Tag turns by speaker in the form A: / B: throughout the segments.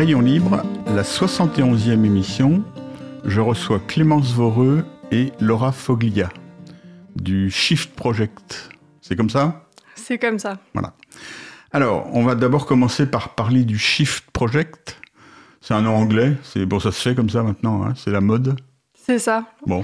A: Rayon Libre, la 71e émission. Je reçois Clémence Voreux et Laura Foglia du Shift Project. C'est comme ça ?
B: C'est comme ça.
A: Voilà. Alors, on va d'abord commencer par parler du Shift Project. C'est un nom anglais. Bon, ça se fait comme ça maintenant, hein, c'est la mode.
B: C'est ça.
A: Bon.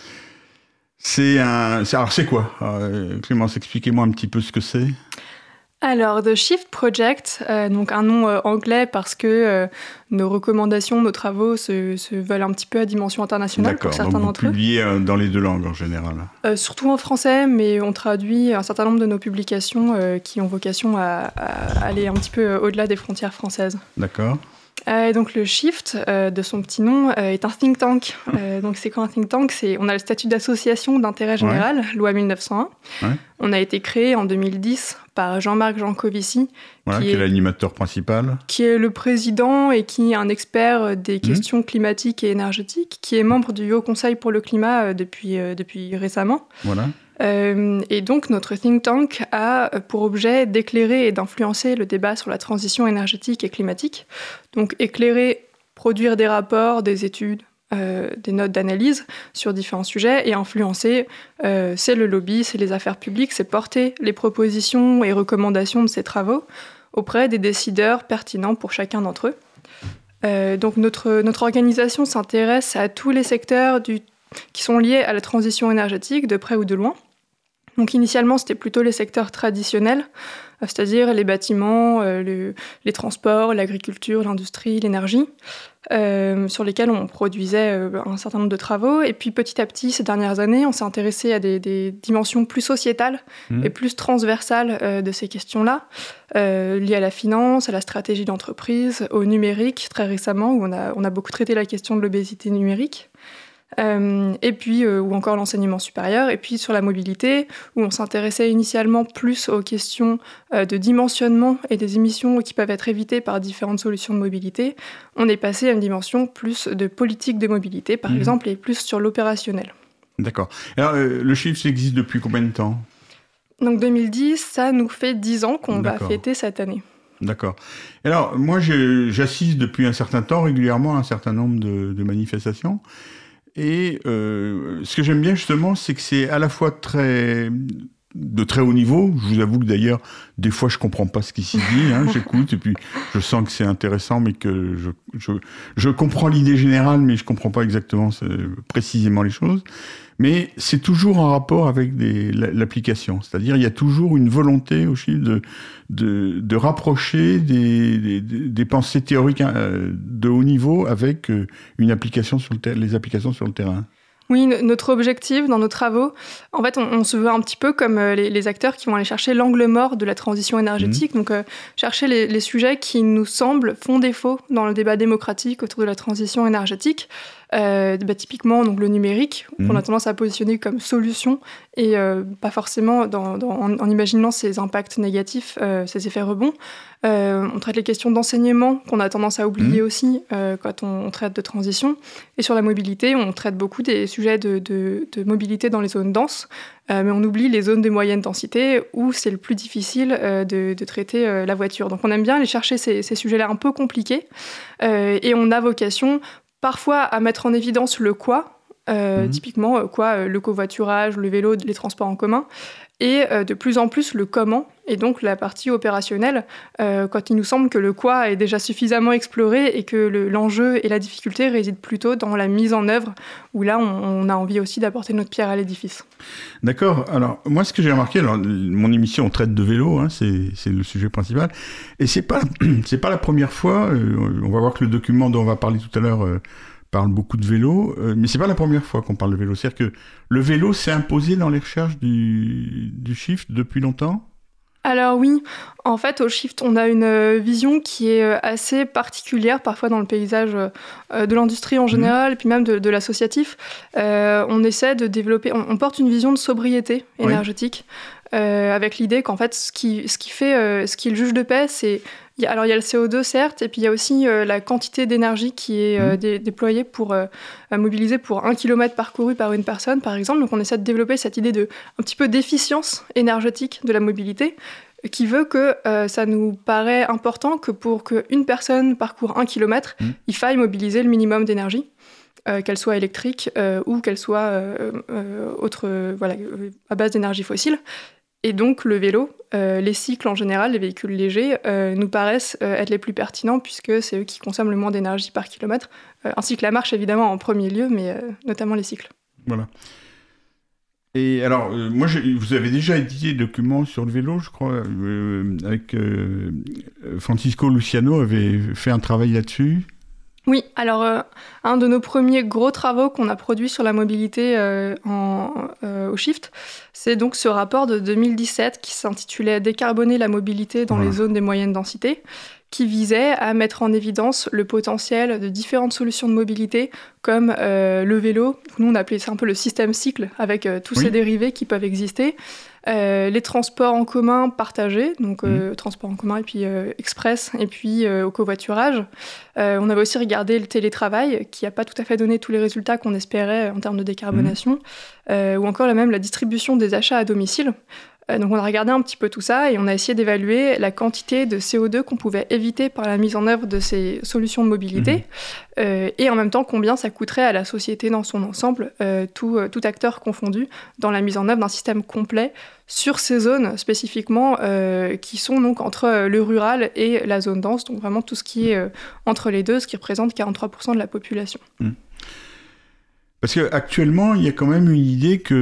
A: Alors, c'est quoi ? Clémence, expliquez-moi un petit peu ce que c'est.
B: Alors, The Shift Project, donc un nom anglais parce que nos recommandations, nos travaux se veulent un petit peu à dimension internationale pour certains d'entre eux.
A: Vous publiez dans les deux langues en général.
B: Surtout en français, mais on traduit un certain nombre de nos publications qui ont vocation à aller un petit peu au-delà des frontières françaises.
A: D'accord.
B: Et donc le Shift, de son petit nom, est un think tank. Donc c'est quoi un think tank ? On a le statut d'association d'intérêt général, loi 1901. Ouais. On a été créé en 2010 par Jean-Marc Jancovici.
A: Qui est l'animateur principal.
B: Qui est le président et qui est un expert des questions climatiques et énergétiques, qui est membre du Haut Conseil pour le climat depuis récemment.
A: Voilà.
B: Et donc, notre think tank a pour objet d'éclairer et d'influencer le débat sur la transition énergétique et climatique. Donc, éclairer, produire des rapports, des études, des notes d'analyse sur différents sujets et influencer, c'est le lobby, c'est les affaires publiques, c'est porter les propositions et recommandations de ces travaux auprès des décideurs pertinents pour chacun d'entre eux. Donc, notre organisation s'intéresse à tous les secteurs qui sont liés à la transition énergétique, de près ou de loin. Donc initialement, c'était plutôt les secteurs traditionnels, c'est-à-dire les bâtiments, les transports, l'agriculture, l'industrie, l'énergie, sur lesquels on produisait un certain nombre de travaux. Et puis petit à petit, ces dernières années, on s'est intéressé à des dimensions plus sociétales et plus transversales de ces questions-là, liées à la finance, à la stratégie d'entreprise, au numérique, très récemment, où on a beaucoup traité la question de l'obésité numérique. Et puis, ou encore l'enseignement supérieur, et puis sur la mobilité, où on s'intéressait initialement plus aux questions de dimensionnement et des émissions qui peuvent être évitées par différentes solutions de mobilité. On est passé à une dimension plus de politique de mobilité, par exemple, et plus sur l'opérationnel.
A: D'accord. Alors, le Shift existe depuis combien de temps ?
B: Donc 2010, ça nous fait 10 ans qu'on va fêter cette année.
A: D'accord. Alors, moi, j'assiste depuis un certain temps régulièrement à un certain nombre de manifestations. Et ce que j'aime bien justement, c'est que c'est à la fois de très haut niveau. Je vous avoue que d'ailleurs, des fois, je comprends pas ce qui s'y dit. J'écoute et puis je sens que c'est intéressant, mais que je comprends l'idée générale, mais je comprends pas exactement précisément les choses. Mais c'est toujours en rapport avec l'application. C'est-à-dire, il y a toujours une volonté au Shift de rapprocher des pensées théoriques de haut niveau avec une application les applications sur le terrain.
B: Oui, notre objectif dans nos travaux, en fait, on se veut un petit peu comme les acteurs qui vont aller chercher l'angle mort de la transition énergétique, donc chercher les sujets qui nous semblent font défaut dans le débat démocratique autour de la transition énergétique. Typiquement donc le numérique, qu'on a tendance à positionner comme solution et pas forcément en imaginant ses impacts négatifs, ses effets rebonds. On traite les questions d'enseignement qu'on a tendance à oublier aussi quand on traite de transition. Et sur la mobilité, on traite beaucoup des sujets de mobilité dans les zones denses, mais on oublie les zones de moyenne densité où c'est le plus difficile de traiter la voiture. Donc on aime bien aller chercher ces sujets-là un peu compliqués et on a vocation parfois à mettre en évidence le quoi, typiquement le covoiturage, le vélo, les transports en commun, et de plus en plus le comment, et donc la partie opérationnelle, quand il nous semble que le quoi est déjà suffisamment exploré et que l'enjeu et la difficulté résident plutôt dans la mise en œuvre, où là on a envie aussi d'apporter notre pierre à l'édifice.
A: D'accord. Alors moi ce que j'ai remarqué, mon émission traite de vélo, c'est le sujet principal, et c'est pas la première fois. On va voir que le document dont on va parler tout à l'heure parle beaucoup de vélo, mais c'est pas la première fois qu'on parle de vélo. C'est-à-dire que le vélo s'est imposé dans les recherches du Shift depuis longtemps ?
B: Alors oui, en fait au Shift on a une vision qui est assez particulière parfois dans le paysage de l'industrie en général et puis même de l'associatif. On essaie de développer, on porte une vision de sobriété énergétique avec l'idée qu'en fait ce qui est le juge de paix, c'est il y a le CO2 certes, et puis il y a aussi la quantité d'énergie qui est déployée pour mobiliser pour 1 km parcouru par une personne, par exemple. Donc on essaie de développer cette idée un petit peu d'efficience énergétique de la mobilité. qui veut que ça nous paraît important que pour qu'une personne parcourt 1 kilomètre, il faille mobiliser le minimum d'énergie, qu'elle soit électrique ou qu'elle soit à base d'énergie fossile. Et donc le vélo, les cycles en général, les véhicules légers, nous paraissent être les plus pertinents puisque c'est eux qui consomment le moins d'énergie par kilomètre, ainsi que la marche évidemment en premier lieu, mais notamment les cycles.
A: Voilà. Et alors, vous avez déjà édité des documents sur le vélo, je crois, avec Francisco Luciano avait fait un travail là-dessus.
B: Oui, alors un de nos premiers gros travaux qu'on a produit sur la mobilité au Shift, c'est donc ce rapport de 2017 qui s'intitulait « Décarboner la mobilité dans les zones de moyenne densité », qui visait à mettre en évidence le potentiel de différentes solutions de mobilité, comme le vélo, nous on appelait ça un peu le système cycle, avec tous ces dérivés qui peuvent exister, les transports en commun partagés, donc transports en commun et puis express, et puis au covoiturage. On avait aussi regardé le télétravail, qui n'a pas tout à fait donné tous les résultats qu'on espérait en termes de décarbonation, ou encore même la distribution des achats à domicile. Donc on a regardé un petit peu tout ça et on a essayé d'évaluer la quantité de CO2 qu'on pouvait éviter par la mise en œuvre de ces solutions de mobilité et en même temps combien ça coûterait à la société dans son ensemble, tout acteur confondu, dans la mise en œuvre d'un système complet sur ces zones spécifiquement qui sont donc entre le rural et la zone dense, donc vraiment tout ce qui est entre les deux, ce qui représente 43% de la population.
A: Parce qu'actuellement, il y a quand même une idée que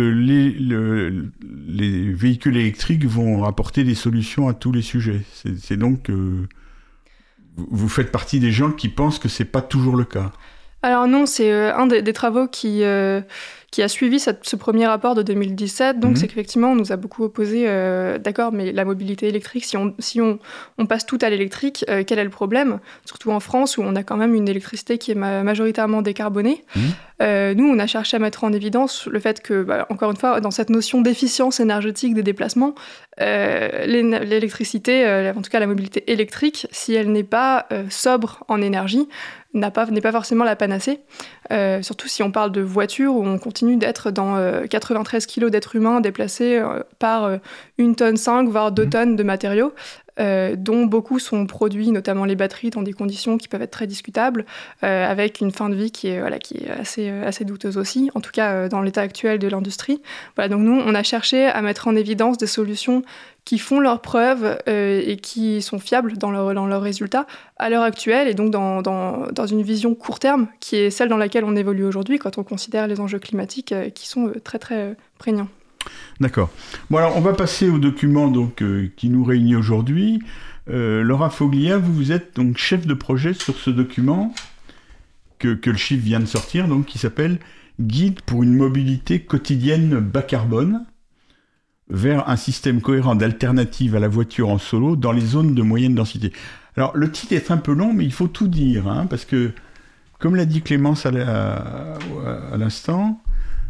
A: les véhicules électriques vont apporter des solutions à tous les sujets. C'est donc... vous faites partie des gens qui pensent que c'est pas toujours le cas.
B: Alors non, c'est un des travaux qui a suivi ce premier rapport de 2017. Donc c'est qu'effectivement, on nous a beaucoup opposé, d'accord, mais la mobilité électrique, si on passe tout à l'électrique, quel est le problème ? Surtout en France, où on a quand même une électricité qui est majoritairement décarbonée. Nous, on a cherché à mettre en évidence le fait que, encore une fois, dans cette notion d'efficience énergétique des déplacements, l'électricité, en tout cas la mobilité électrique, si elle n'est pas sobre en énergie, n'est pas forcément la panacée. Surtout si on parle de voitures où on continue d'être dans 93 kilos d'êtres humains déplacés par 1,5 tonne, voire 2 tonnes de matériaux, dont beaucoup sont produits, notamment les batteries, dans des conditions qui peuvent être très discutables, avec une fin de vie qui est assez douteuse aussi, en tout cas dans l'état actuel de l'industrie. Voilà, donc nous, on a cherché à mettre en évidence des solutions qui font leurs preuves et qui sont fiables dans leurs résultats à l'heure actuelle, et donc dans une vision court terme, qui est celle dans laquelle on évolue aujourd'hui, quand on considère les enjeux climatiques qui sont très très prégnants.
A: D'accord. Bon, alors on va passer au document donc, qui nous réunit aujourd'hui. Laura Foglia, vous êtes donc chef de projet sur ce document que le Shift vient de sortir, donc, qui s'appelle « Guide pour une mobilité quotidienne bas carbone vers un système cohérent d'alternative à la voiture en solo dans les zones de moyenne densité ». Alors le titre est un peu long, mais il faut tout dire, parce que, comme l'a dit Clémence à l'instant,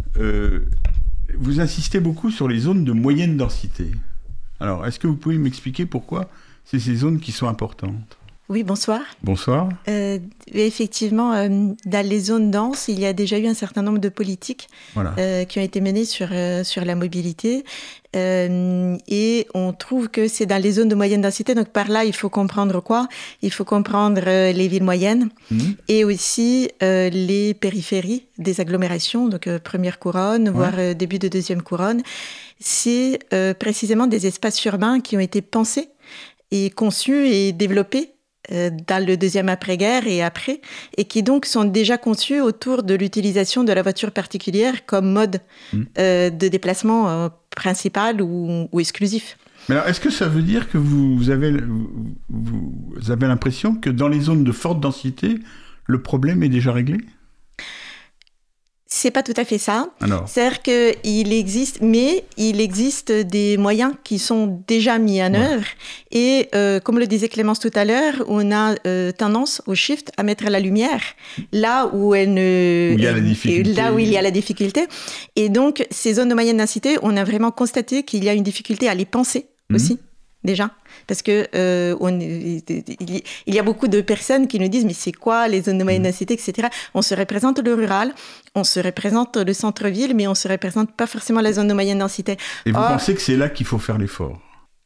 A: vous insistez beaucoup sur les zones de moyenne densité. Alors, est-ce que vous pouvez m'expliquer pourquoi c'est ces zones qui sont importantes ?
C: Oui, bonsoir.
A: Bonsoir.
C: Effectivement, dans les zones denses, il y a déjà eu un certain nombre de politiques qui ont été menées sur la mobilité. Et on trouve que c'est dans les zones de moyenne densité. Donc par là, il faut comprendre quoi ? Il faut comprendre les villes moyennes et aussi les périphéries des agglomérations, donc première couronne, voire début de deuxième couronne. C'est précisément des espaces urbains qui ont été pensés et conçus et développés dans le deuxième après-guerre et après, et qui donc sont déjà conçus autour de l'utilisation de la voiture particulière comme mode de déplacement principal ou exclusif.
A: Mais alors, est-ce que ça veut dire que vous avez l'impression que dans les zones de forte densité, le problème est déjà réglé ?
C: C'est pas tout à fait ça.
A: Alors.
C: C'est-à-dire qu'il existe des moyens qui sont déjà mis en œuvre. Et comme le disait Clémence tout à l'heure, on a tendance au Shift à mettre la lumière là où il y a la difficulté. Et donc, ces zones de moyenne densité, on a vraiment constaté qu'il y a une difficulté à les penser aussi. Déjà, parce que il y a beaucoup de personnes qui nous disent mais c'est quoi les zones de moyenne densité, etc. On se représente le rural, on se représente le centre-ville, mais on se représente pas forcément la zone de moyenne densité.
A: Et vous pensez que c'est là qu'il faut faire l'effort ?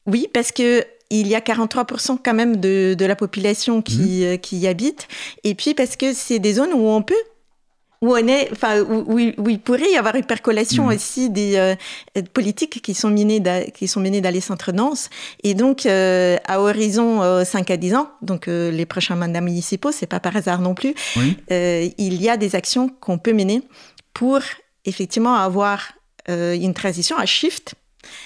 C: Oui, parce que il y a 43% quand même de la population qui y habite. Et puis parce que c'est des zones où on peut, où il pourrait y avoir une percolation aussi des politiques qui sont menées dans les centres denses. Et donc, à horizon 5 à 10 ans, donc les prochains mandats municipaux, c'est pas par hasard non plus, il y a des actions qu'on peut mener pour effectivement avoir une transition, un shift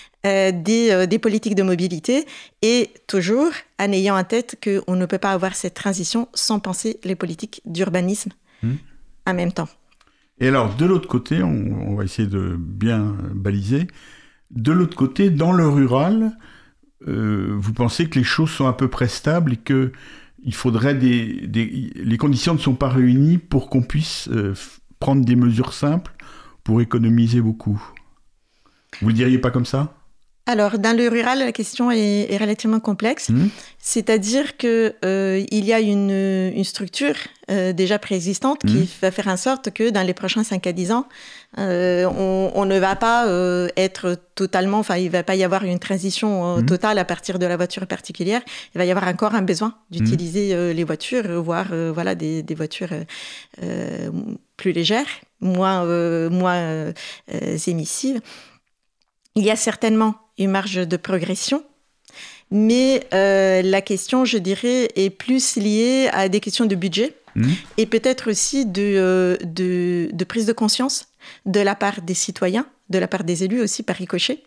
C: des politiques de mobilité, et toujours en ayant en tête qu'on ne peut pas avoir cette transition sans penser les politiques d'urbanisme en même temps.
A: Et alors, de l'autre côté, on va essayer de bien baliser, de l'autre côté, dans le rural, vous pensez que les choses sont à peu près stables et que il faudrait les conditions ne sont pas réunies pour qu'on puisse prendre des mesures simples pour économiser beaucoup. Vous le diriez pas comme ça ?
C: Alors, dans le rural, la question est relativement complexe. C'est-à-dire qu'il y a une structure déjà préexistante qui va faire en sorte que dans les prochains 5 à 10 ans, on ne va pas être totalement... Enfin, il ne va pas y avoir une transition totale à partir de la voiture particulière. Il va y avoir encore un besoin d'utiliser les voitures, voire des voitures plus légères, moins émissives. Il y a certainement une marge de progression, mais la question, je dirais, est plus liée à des questions de budget et peut-être aussi de prise de conscience de la part des citoyens, de la part des élus aussi par ricochet,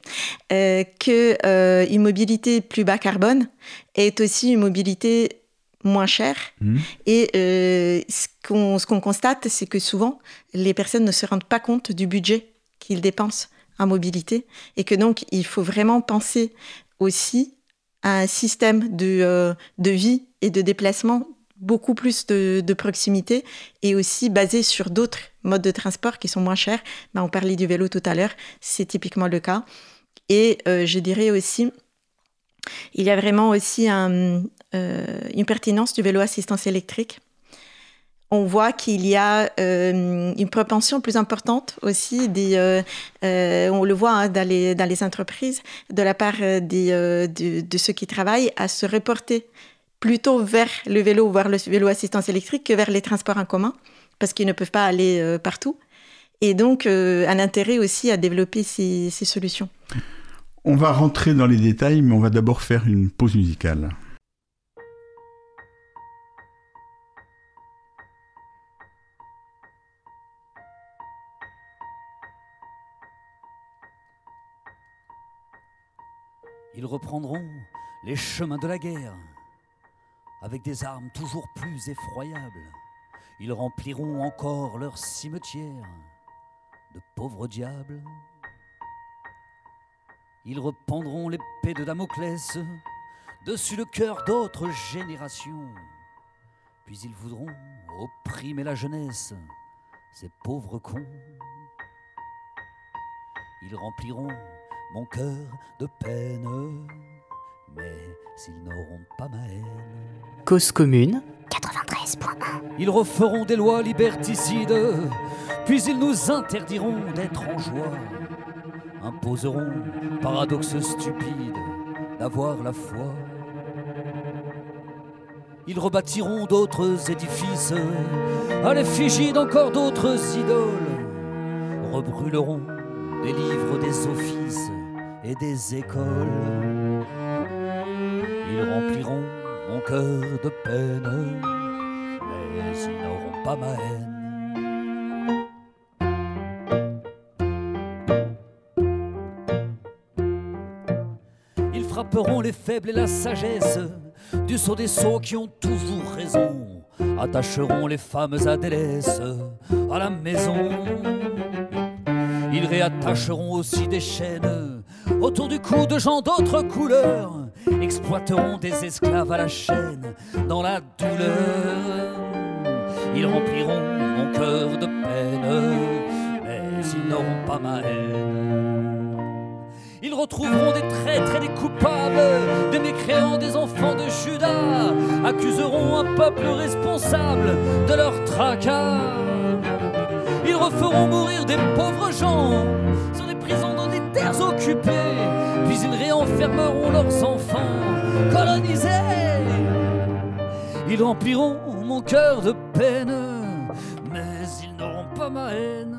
C: qu'une mobilité plus bas carbone est aussi une mobilité moins chère. Et ce qu'on constate, c'est que souvent, les personnes ne se rendent pas compte du budget qu'ils dépensent en mobilité, et que donc il faut vraiment penser aussi à un système de vie et de déplacement beaucoup plus de proximité, et aussi basé sur d'autres modes de transport qui sont moins chers. On parlait du vélo tout à l'heure, c'est typiquement le cas. Et je dirais aussi, il y a vraiment aussi une pertinence du vélo assistance électrique. On voit qu'il y a une propension plus importante aussi, on le voit dans les entreprises, de la part de ceux qui travaillent, à se reporter plutôt vers le vélo, voire le vélo assistance électrique, que vers les transports en commun, parce qu'ils ne peuvent pas aller partout. Et donc, un intérêt aussi à développer ces solutions.
A: On va rentrer dans les détails, mais on va d'abord faire une pause musicale.
D: Ils reprendront les chemins de la guerre avec des armes toujours plus effroyables. Ils rempliront encore leurs cimetières de pauvres diables. Ils rependront l'épée de Damoclès dessus le cœur d'autres générations. Puis ils voudront opprimer la jeunesse, ces pauvres cons. Ils rempliront mon cœur de peine, mais s'ils n'auront pas ma haine.
E: Cause commune
F: 93.1.
D: Ils referont des lois liberticides, puis ils nous interdiront d'être en joie. Imposeront, paradoxe stupide, d'avoir la foi. Ils rebâtiront d'autres édifices à l'effigie d'encore d'autres idoles. Rebrûleront des livres, des offices et des écoles. Ils rempliront mon cœur de peine, mais ils n'auront pas ma haine. Ils frapperont les faibles et la sagesse du sceau des sots qui ont toujours raison. Attacheront les femmes à délaisse à la maison. Ils réattacheront aussi des chaînes autour du cou de gens d'autres couleurs. Exploiteront des esclaves à la chaîne dans la douleur. Ils rempliront mon cœur de peine, mais ils n'auront pas ma haine. Ils retrouveront des traîtres et des coupables, des mécréants, des enfants de Judas. Accuseront un peuple responsable de leur tracas. Ils referont mourir des pauvres gens sur des prisons dans des terres occupées. Puis ils réenfermeront enfermeront leurs enfants colonisés. Ils rempliront mon cœur de peine, mais ils n'auront pas ma haine.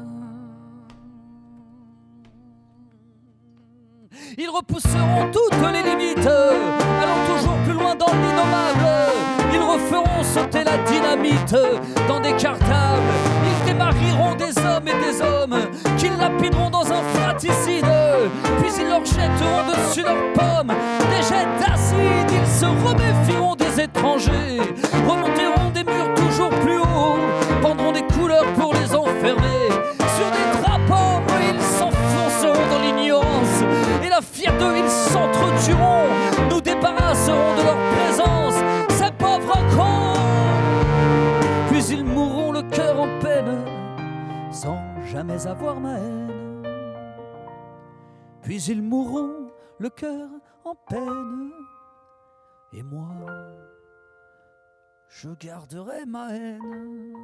D: Ils repousseront toutes les limites, allant toujours plus loin dans l'innommable. Ils referont sauter la dynamite dans des cartables. Ils démarieront des hommes et des hommes qu'ils lapideront dans un fratricide. Puis ils leur jetteront dessus leurs pommes des jets d'acide. Ils se reméfieront des étrangers, remonteront des murs toujours plus hauts, pendront des couleurs pour les enfermer. Sur des drapeaux, ils s'enfonceront dans l'ignorance, et la fière d'eux, ils s'entretueront. Nous débarrasserons de leur présence ces pauvres cons. Puis ils mourront le cœur en peine, sans jamais avoir ma haine. Puis ils mourront le cœur en peine, et moi, je garderai ma haine.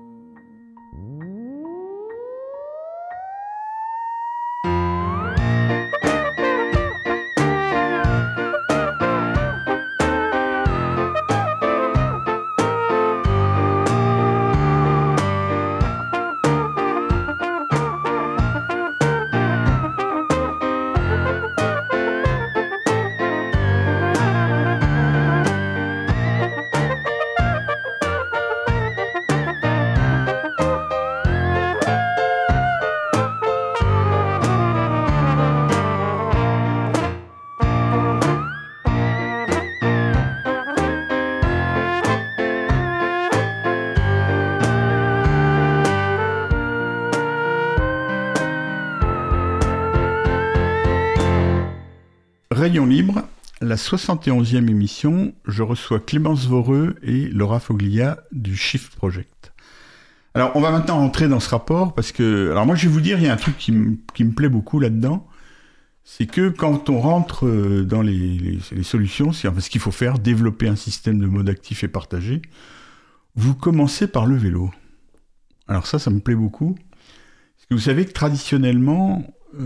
A: Rayon Libre, la 71e émission, je reçois Clémence Voreux et Laura Foglia du Shift Project. Alors, on va maintenant rentrer dans ce rapport parce que... Alors moi, je vais vous dire, il y a un truc qui me plaît beaucoup là-dedans, c'est que quand on rentre dans les solutions, c'est ce qu'il faut faire, développer un système de mode actif et partagé, vous commencez par le vélo. Alors ça me plaît beaucoup. Parce que vous savez que traditionnellement...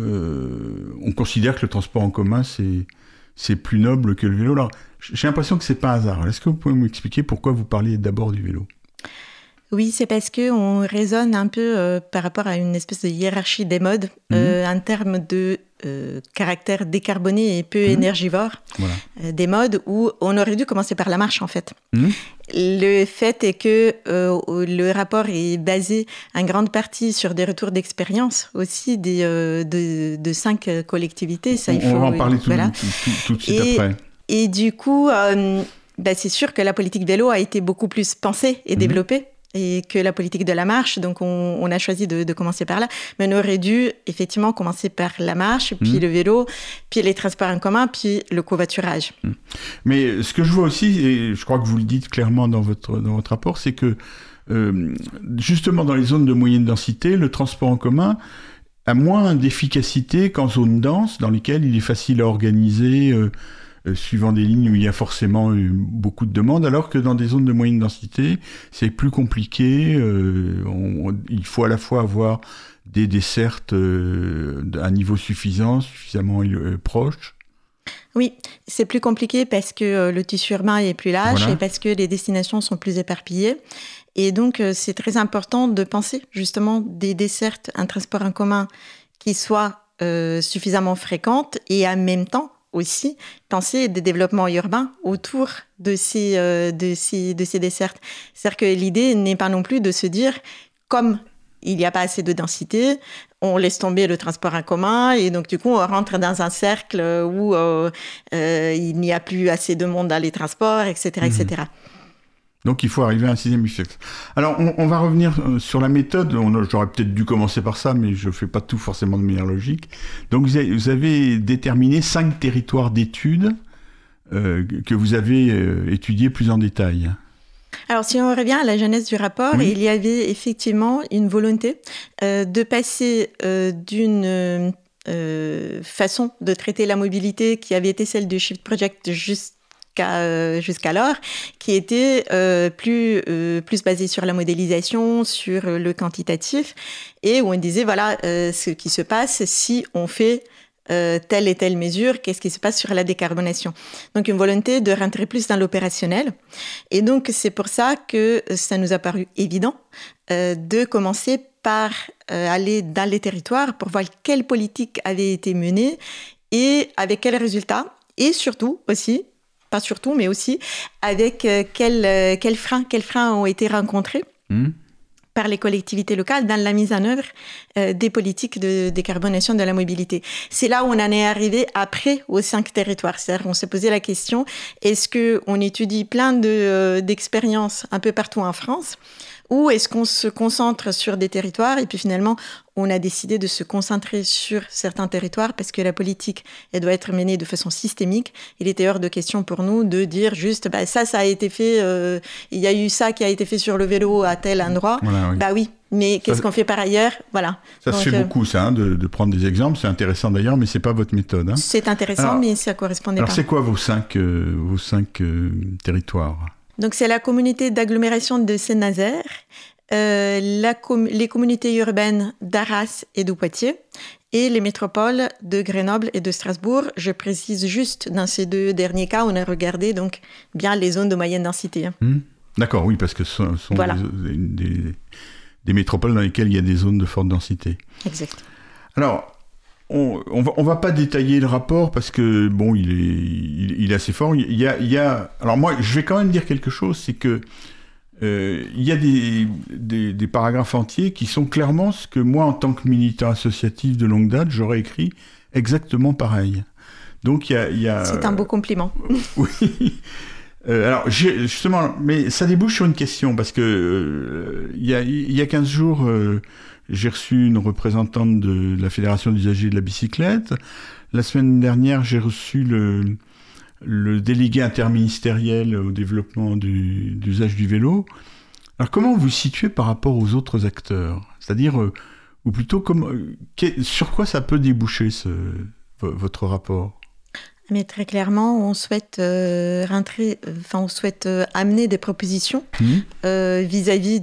A: on considère que le transport en commun c'est plus noble que le vélo. Alors, j'ai l'impression que c'est pas un hasard. Est-ce que vous pouvez m'expliquer pourquoi vous parliez d'abord du vélo ?
C: Oui, c'est parce qu'on raisonne un peu par rapport à une espèce de hiérarchie des modes en termes de caractère décarboné et peu énergivore des modes où on aurait dû commencer par la marche en fait. Le fait est que le rapport est basé en grande partie sur des retours d'expérience aussi de 5 collectivités. Ça,
A: on va en parler tout de suite après.
C: Et du coup, c'est sûr que la politique vélo a été beaucoup plus pensée et développée et que la politique de la marche. Donc, on a choisi de commencer par là. Mais on aurait dû effectivement commencer par la marche, puis le vélo, puis les transports en commun, puis le covoiturage.
A: Mais ce que je vois aussi, et je crois que vous le dites clairement dans votre rapport, c'est que justement dans les zones de moyenne densité, le transport en commun a moins d'efficacité qu'en zone dense, dans lesquelles il est facile à organiser... suivant des lignes où il y a forcément beaucoup de demandes, alors que dans des zones de moyenne densité, c'est plus compliqué. Il faut à la fois avoir des dessertes à niveau suffisamment proche.
C: Oui, c'est plus compliqué parce que le tissu urbain est plus large et parce que les destinations sont plus éparpillées. Et donc, c'est très important de penser justement des dessertes, un transport en commun qui soit suffisamment fréquentes et en même temps, aussi penser des développements urbains autour de ces dessertes. C'est-à-dire que l'idée n'est pas non plus de se dire, comme il n'y a pas assez de densité, on laisse tomber le transport en commun et donc du coup on rentre dans un cercle où il n'y a plus assez de monde dans les transports, etc. etc.
A: Donc il faut arriver à un système efficace. Alors on va revenir sur la méthode. J'aurais peut-être dû commencer par ça, mais je ne fais pas tout forcément de manière logique. Donc vous avez déterminé 5 territoires d'études que vous avez étudiés plus en détail.
C: Alors, si on revient à la genèse du rapport, il y avait effectivement une volonté de passer d'une façon de traiter la mobilité qui avait été celle du Shift Project jusqu'alors, qui était plus basée sur la modélisation, sur le quantitatif, et où on disait, voilà, ce qui se passe si on fait telle et telle mesure, qu'est-ce qui se passe sur la décarbonation. Donc une volonté de rentrer plus dans l'opérationnel. Et donc c'est pour ça que ça nous a paru évident de commencer par aller dans les territoires pour voir quelle politique avait été menée et avec quels résultats. Et surtout aussi, pas surtout, mais aussi avec quels freins ont été rencontrés par les collectivités locales dans la mise en œuvre des politiques de décarbonation de la mobilité. C'est là où on en est arrivé après aux 5 territoires. C'est-à-dire qu'on s'est posé la question, est-ce qu'on étudie plein d'expériences un peu partout en France, ou est-ce qu'on se concentre sur des territoires et puis finalement on a décidé de se concentrer sur certains territoires parce que la politique, elle doit être menée de façon systémique. Il était hors de question pour nous de dire juste ça a été fait, il y a eu ça qui a été fait sur le vélo à tel endroit. Voilà, oui. Oui, mais qu'est-ce qu'on fait par ailleurs? Voilà.
A: Ça se fait beaucoup, ça, de prendre des exemples. C'est intéressant d'ailleurs, mais c'est pas votre méthode. Hein.
C: C'est intéressant, mais ça correspondait pas.
A: Alors c'est quoi vos 5 territoires?
C: Donc c'est la communauté d'agglomération de Saint-Nazaire, les communautés urbaines d'Arras et de Poitiers et les métropoles de Grenoble et de Strasbourg. Je précise juste, dans ces 2 derniers cas, on a regardé donc bien les zones de moyenne densité.
A: D'accord, oui, parce que ce sont des métropoles dans lesquelles il y a des zones de forte densité.
C: Exact.
A: Alors, on va pas détailler le rapport parce que bon, il est assez fort. Il y a. Alors moi, je vais quand même dire quelque chose, c'est que il y a des paragraphes entiers qui sont clairement ce que moi, en tant que militant associatif de longue date, j'aurais écrit exactement pareil. Donc il y a.
C: C'est un beau compliment.
A: Oui. Alors justement, mais ça débouche sur une question parce que il y a 15 jours. J'ai reçu une représentante de la Fédération des usagers de la bicyclette. La semaine dernière, j'ai reçu le délégué interministériel au développement d'usage du vélo. Alors, comment vous vous situez par rapport aux autres acteurs? C'est-à-dire, ou plutôt, sur quoi ça peut déboucher votre rapport?
C: Mais très clairement, on souhaite on souhaite amener des propositions vis-à-vis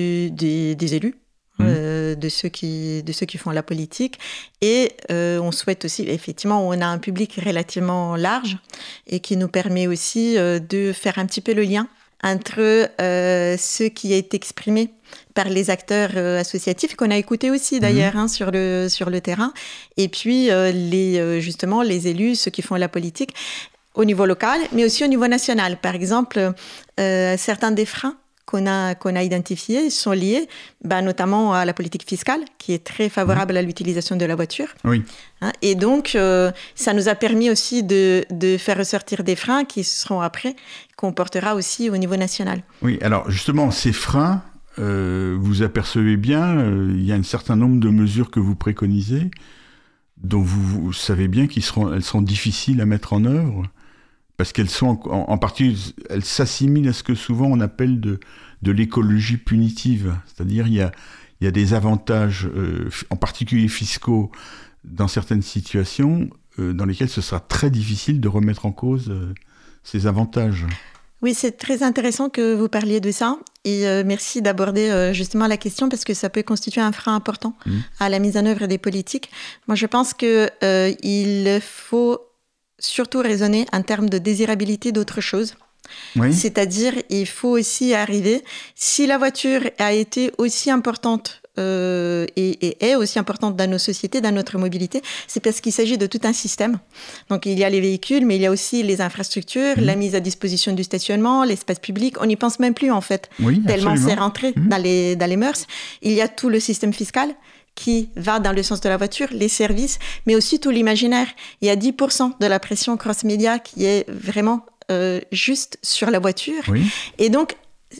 C: des élus. De ceux qui font la politique. Et on souhaite aussi, effectivement, on a un public relativement large et qui nous permet aussi de faire un petit peu le lien entre ce qui est exprimé par les acteurs associatifs, qu'on a écouté aussi d'ailleurs sur le terrain, et puis justement les élus, ceux qui font la politique au niveau local, mais aussi au niveau national. Par exemple, certains des freins qu'on a identifiés sont liés notamment à la politique fiscale, qui est très favorable à l'utilisation de la voiture.
A: Oui.
C: Et donc, ça nous a permis aussi de faire ressortir des freins qui seront après, qu'on portera aussi au niveau national.
A: Oui, alors justement, ces freins, vous apercevez bien, il y a un certain nombre de mesures que vous préconisez, dont vous savez bien elles seront difficiles à mettre en œuvre, parce qu'elles sont, en partie, elles s'assimilent à ce que souvent on appelle de l'écologie punitive. C'est-à-dire, il y a des avantages, en particulier fiscaux, dans certaines situations, dans lesquelles ce sera très difficile de remettre en cause ces avantages.
C: Oui, c'est très intéressant que vous parliez de ça. Et merci d'aborder justement la question, parce que ça peut constituer un frein important à la mise en œuvre des politiques. Moi, je pense qu'il faut surtout raisonner en termes de désirabilité d'autre chose. Oui. C'est-à-dire, il faut aussi arriver, si la voiture a été aussi importante et est aussi importante dans nos sociétés, dans notre mobilité, c'est parce qu'il s'agit de tout un système. Donc, il y a les véhicules, mais il y a aussi les infrastructures, la mise à disposition du stationnement, l'espace public. On n'y pense même plus, en fait, tellement c'est rentré dans les mœurs. Il y a tout le système fiscal qui va dans le sens de la voiture, les services, mais aussi tout l'imaginaire. Il y a 10% de la pression cross-média qui est vraiment juste sur la voiture. Oui. Et donc,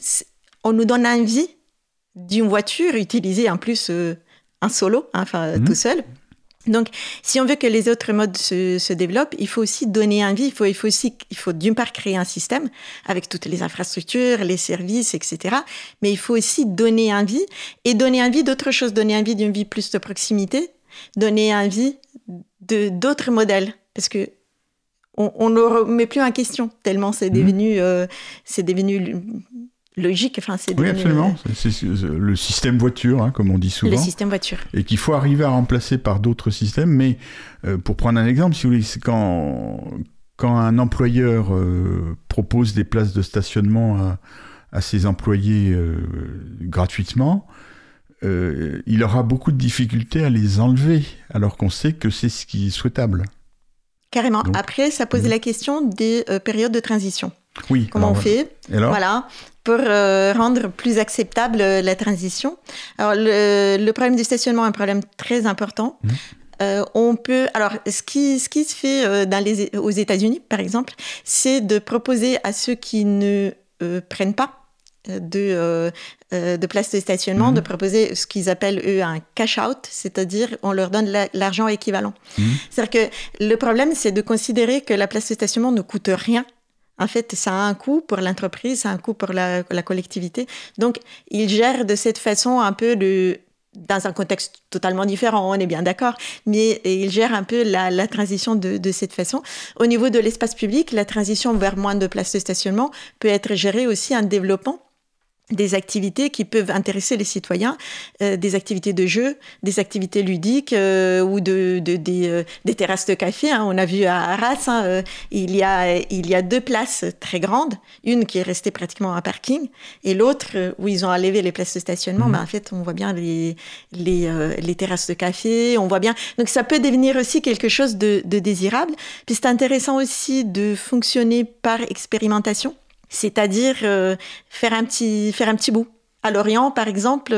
C: on nous donne envie d'une voiture utilisée en plus en solo, tout seul. Donc, si on veut que les autres modes se développent, il faut aussi donner envie. Il faut d'une part créer un système avec toutes les infrastructures, les services, etc. Mais il faut aussi donner envie, et donner envie d'autre chose, donner envie d'une vie plus de proximité, donner envie d'autres modèles. Parce que on ne remet plus en question tellement c'est devenu logique. Enfin,
A: oui, absolument. C'est le système voiture, hein, comme on dit souvent.
C: Le système voiture.
A: Et qu'il faut arriver à remplacer par d'autres systèmes. Mais pour prendre un exemple, si vous voulez, c'est quand un employeur propose des places de stationnement à ses employés gratuitement, il aura beaucoup de difficultés à les enlever, alors qu'on sait que c'est ce qui est souhaitable.
C: Carrément. Donc, après, ça pose la question des périodes de transition.
A: Oui.
C: Comment on fait ? Voilà, pour rendre plus acceptable la transition. Alors, le problème du stationnement est un problème très important. On peut, alors, ce qui se fait aux États-Unis, par exemple, c'est de proposer à ceux qui ne prennent pas de place de stationnement, de proposer ce qu'ils appellent, eux, un cash-out, c'est-à-dire on leur donne l'argent équivalent. C'est-à-dire que le problème, c'est de considérer que la place de stationnement ne coûte rien. En fait, ça a un coût pour l'entreprise, ça a un coût pour la collectivité. Donc, ils gèrent de cette façon un peu dans un contexte totalement différent, on est bien d'accord, mais ils gèrent un peu la transition de cette façon. Au niveau de l'espace public, la transition vers moins de places de stationnement peut être gérée aussi en développant des activités qui peuvent intéresser les citoyens, des activités de jeu, des activités ludiques ou des terrasses de café. Hein. On a vu à Arras, il y a 2 places très grandes, une qui est restée pratiquement un parking et l'autre où ils ont enlevé les places de stationnement. En fait, on voit bien les terrasses de café, on voit bien. Donc ça peut devenir aussi quelque chose de désirable. Puis c'est intéressant aussi de fonctionner par expérimentation. C'est-à-dire faire un petit bout. À Lorient, par exemple,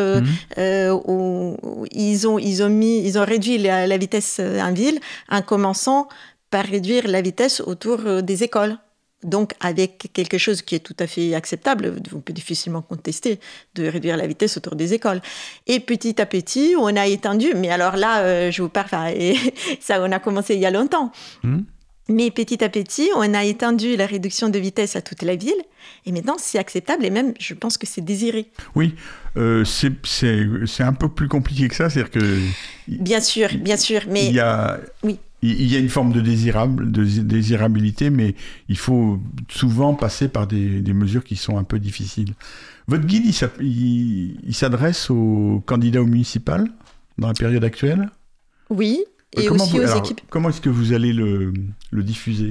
C: ils ont réduit la vitesse en ville en commençant par réduire la vitesse autour des écoles. Donc, avec quelque chose qui est tout à fait acceptable, on peut difficilement contester de réduire la vitesse autour des écoles. Et petit à petit, on a étendu. Mais alors là, je vous parle, ça, on a commencé il y a longtemps. Mais petit à petit, on a étendu la réduction de vitesse à toute la ville. Et maintenant, c'est acceptable et même, je pense que c'est désiré.
A: Oui, c'est un peu plus compliqué que ça. C'est-à-dire que...
C: Bien sûr, mais...
A: Il y a une forme de désirabilité, mais il faut souvent passer par des mesures qui sont un peu difficiles. Votre guide, il s'adresse aux candidats au municipal dans la période actuelle ?
C: Oui. Et aussi aux équipes.
A: Comment est-ce que vous allez le diffuser ?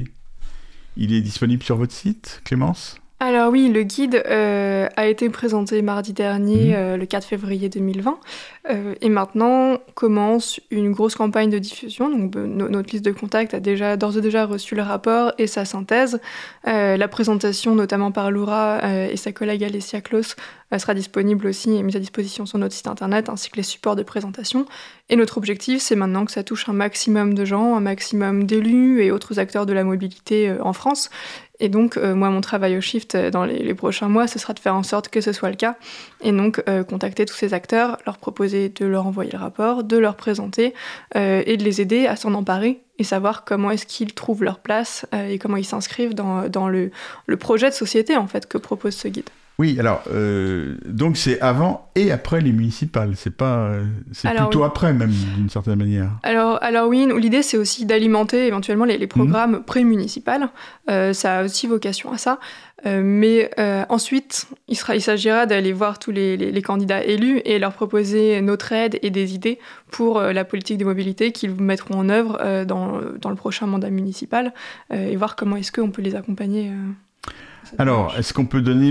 A: Il est disponible sur votre site, Clémence ?
B: Alors oui, le guide a été présenté mardi dernier, le 4 février 2020. Et maintenant commence une grosse campagne de diffusion. Donc notre liste de contacts a d'ores et déjà reçu le rapport et sa synthèse. La présentation, notamment par Laura et sa collègue Alessia Klaus, sera disponible aussi et mise à disposition sur notre site internet, ainsi que les supports de présentation. Et notre objectif, c'est maintenant que ça touche un maximum de gens, un maximum d'élus et autres acteurs de la mobilité en France. Et donc, moi, mon travail au Shift dans les prochains mois, ce sera de faire en sorte que ce soit le cas. Et donc, contacter tous ces acteurs, leur proposer de leur envoyer le rapport, de leur présenter et de les aider à s'en emparer et savoir comment est-ce qu'ils trouvent leur place et comment ils s'inscrivent dans le projet de société, en fait, que propose ce guide.
A: Oui, alors, donc c'est avant et après les municipales, c'est plutôt après même, d'une certaine manière.
B: Alors oui, l'idée c'est aussi d'alimenter éventuellement les programmes pré-municipales, ça a aussi vocation à ça, mais ensuite il s'agira d'aller voir tous les candidats élus et leur proposer notre aide et des idées pour la politique de mobilité qu'ils mettront en œuvre dans le prochain mandat municipal et voir comment est-ce qu'on peut les accompagner.
A: Alors, est-ce qu'on peut donner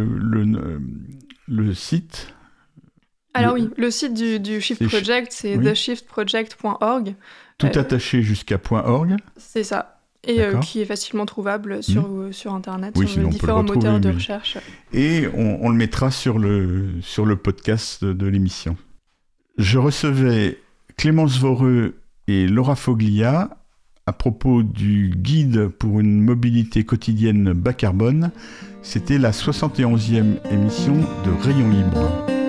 A: le site ?
B: Alors oui, le site du Shift Project, c'est theshiftproject.org.
A: Tout attaché jusqu'à .org. C'est
B: ça. Et qui est facilement trouvable sur Internet, sur les différents
A: retrouver,
B: moteurs de recherche.
A: Et on le mettra sur le podcast de l'émission. Je recevais Clémence Voreux et Laura Foglia à propos du guide pour une mobilité quotidienne bas carbone. C'était la 71e émission de Rayon Libre.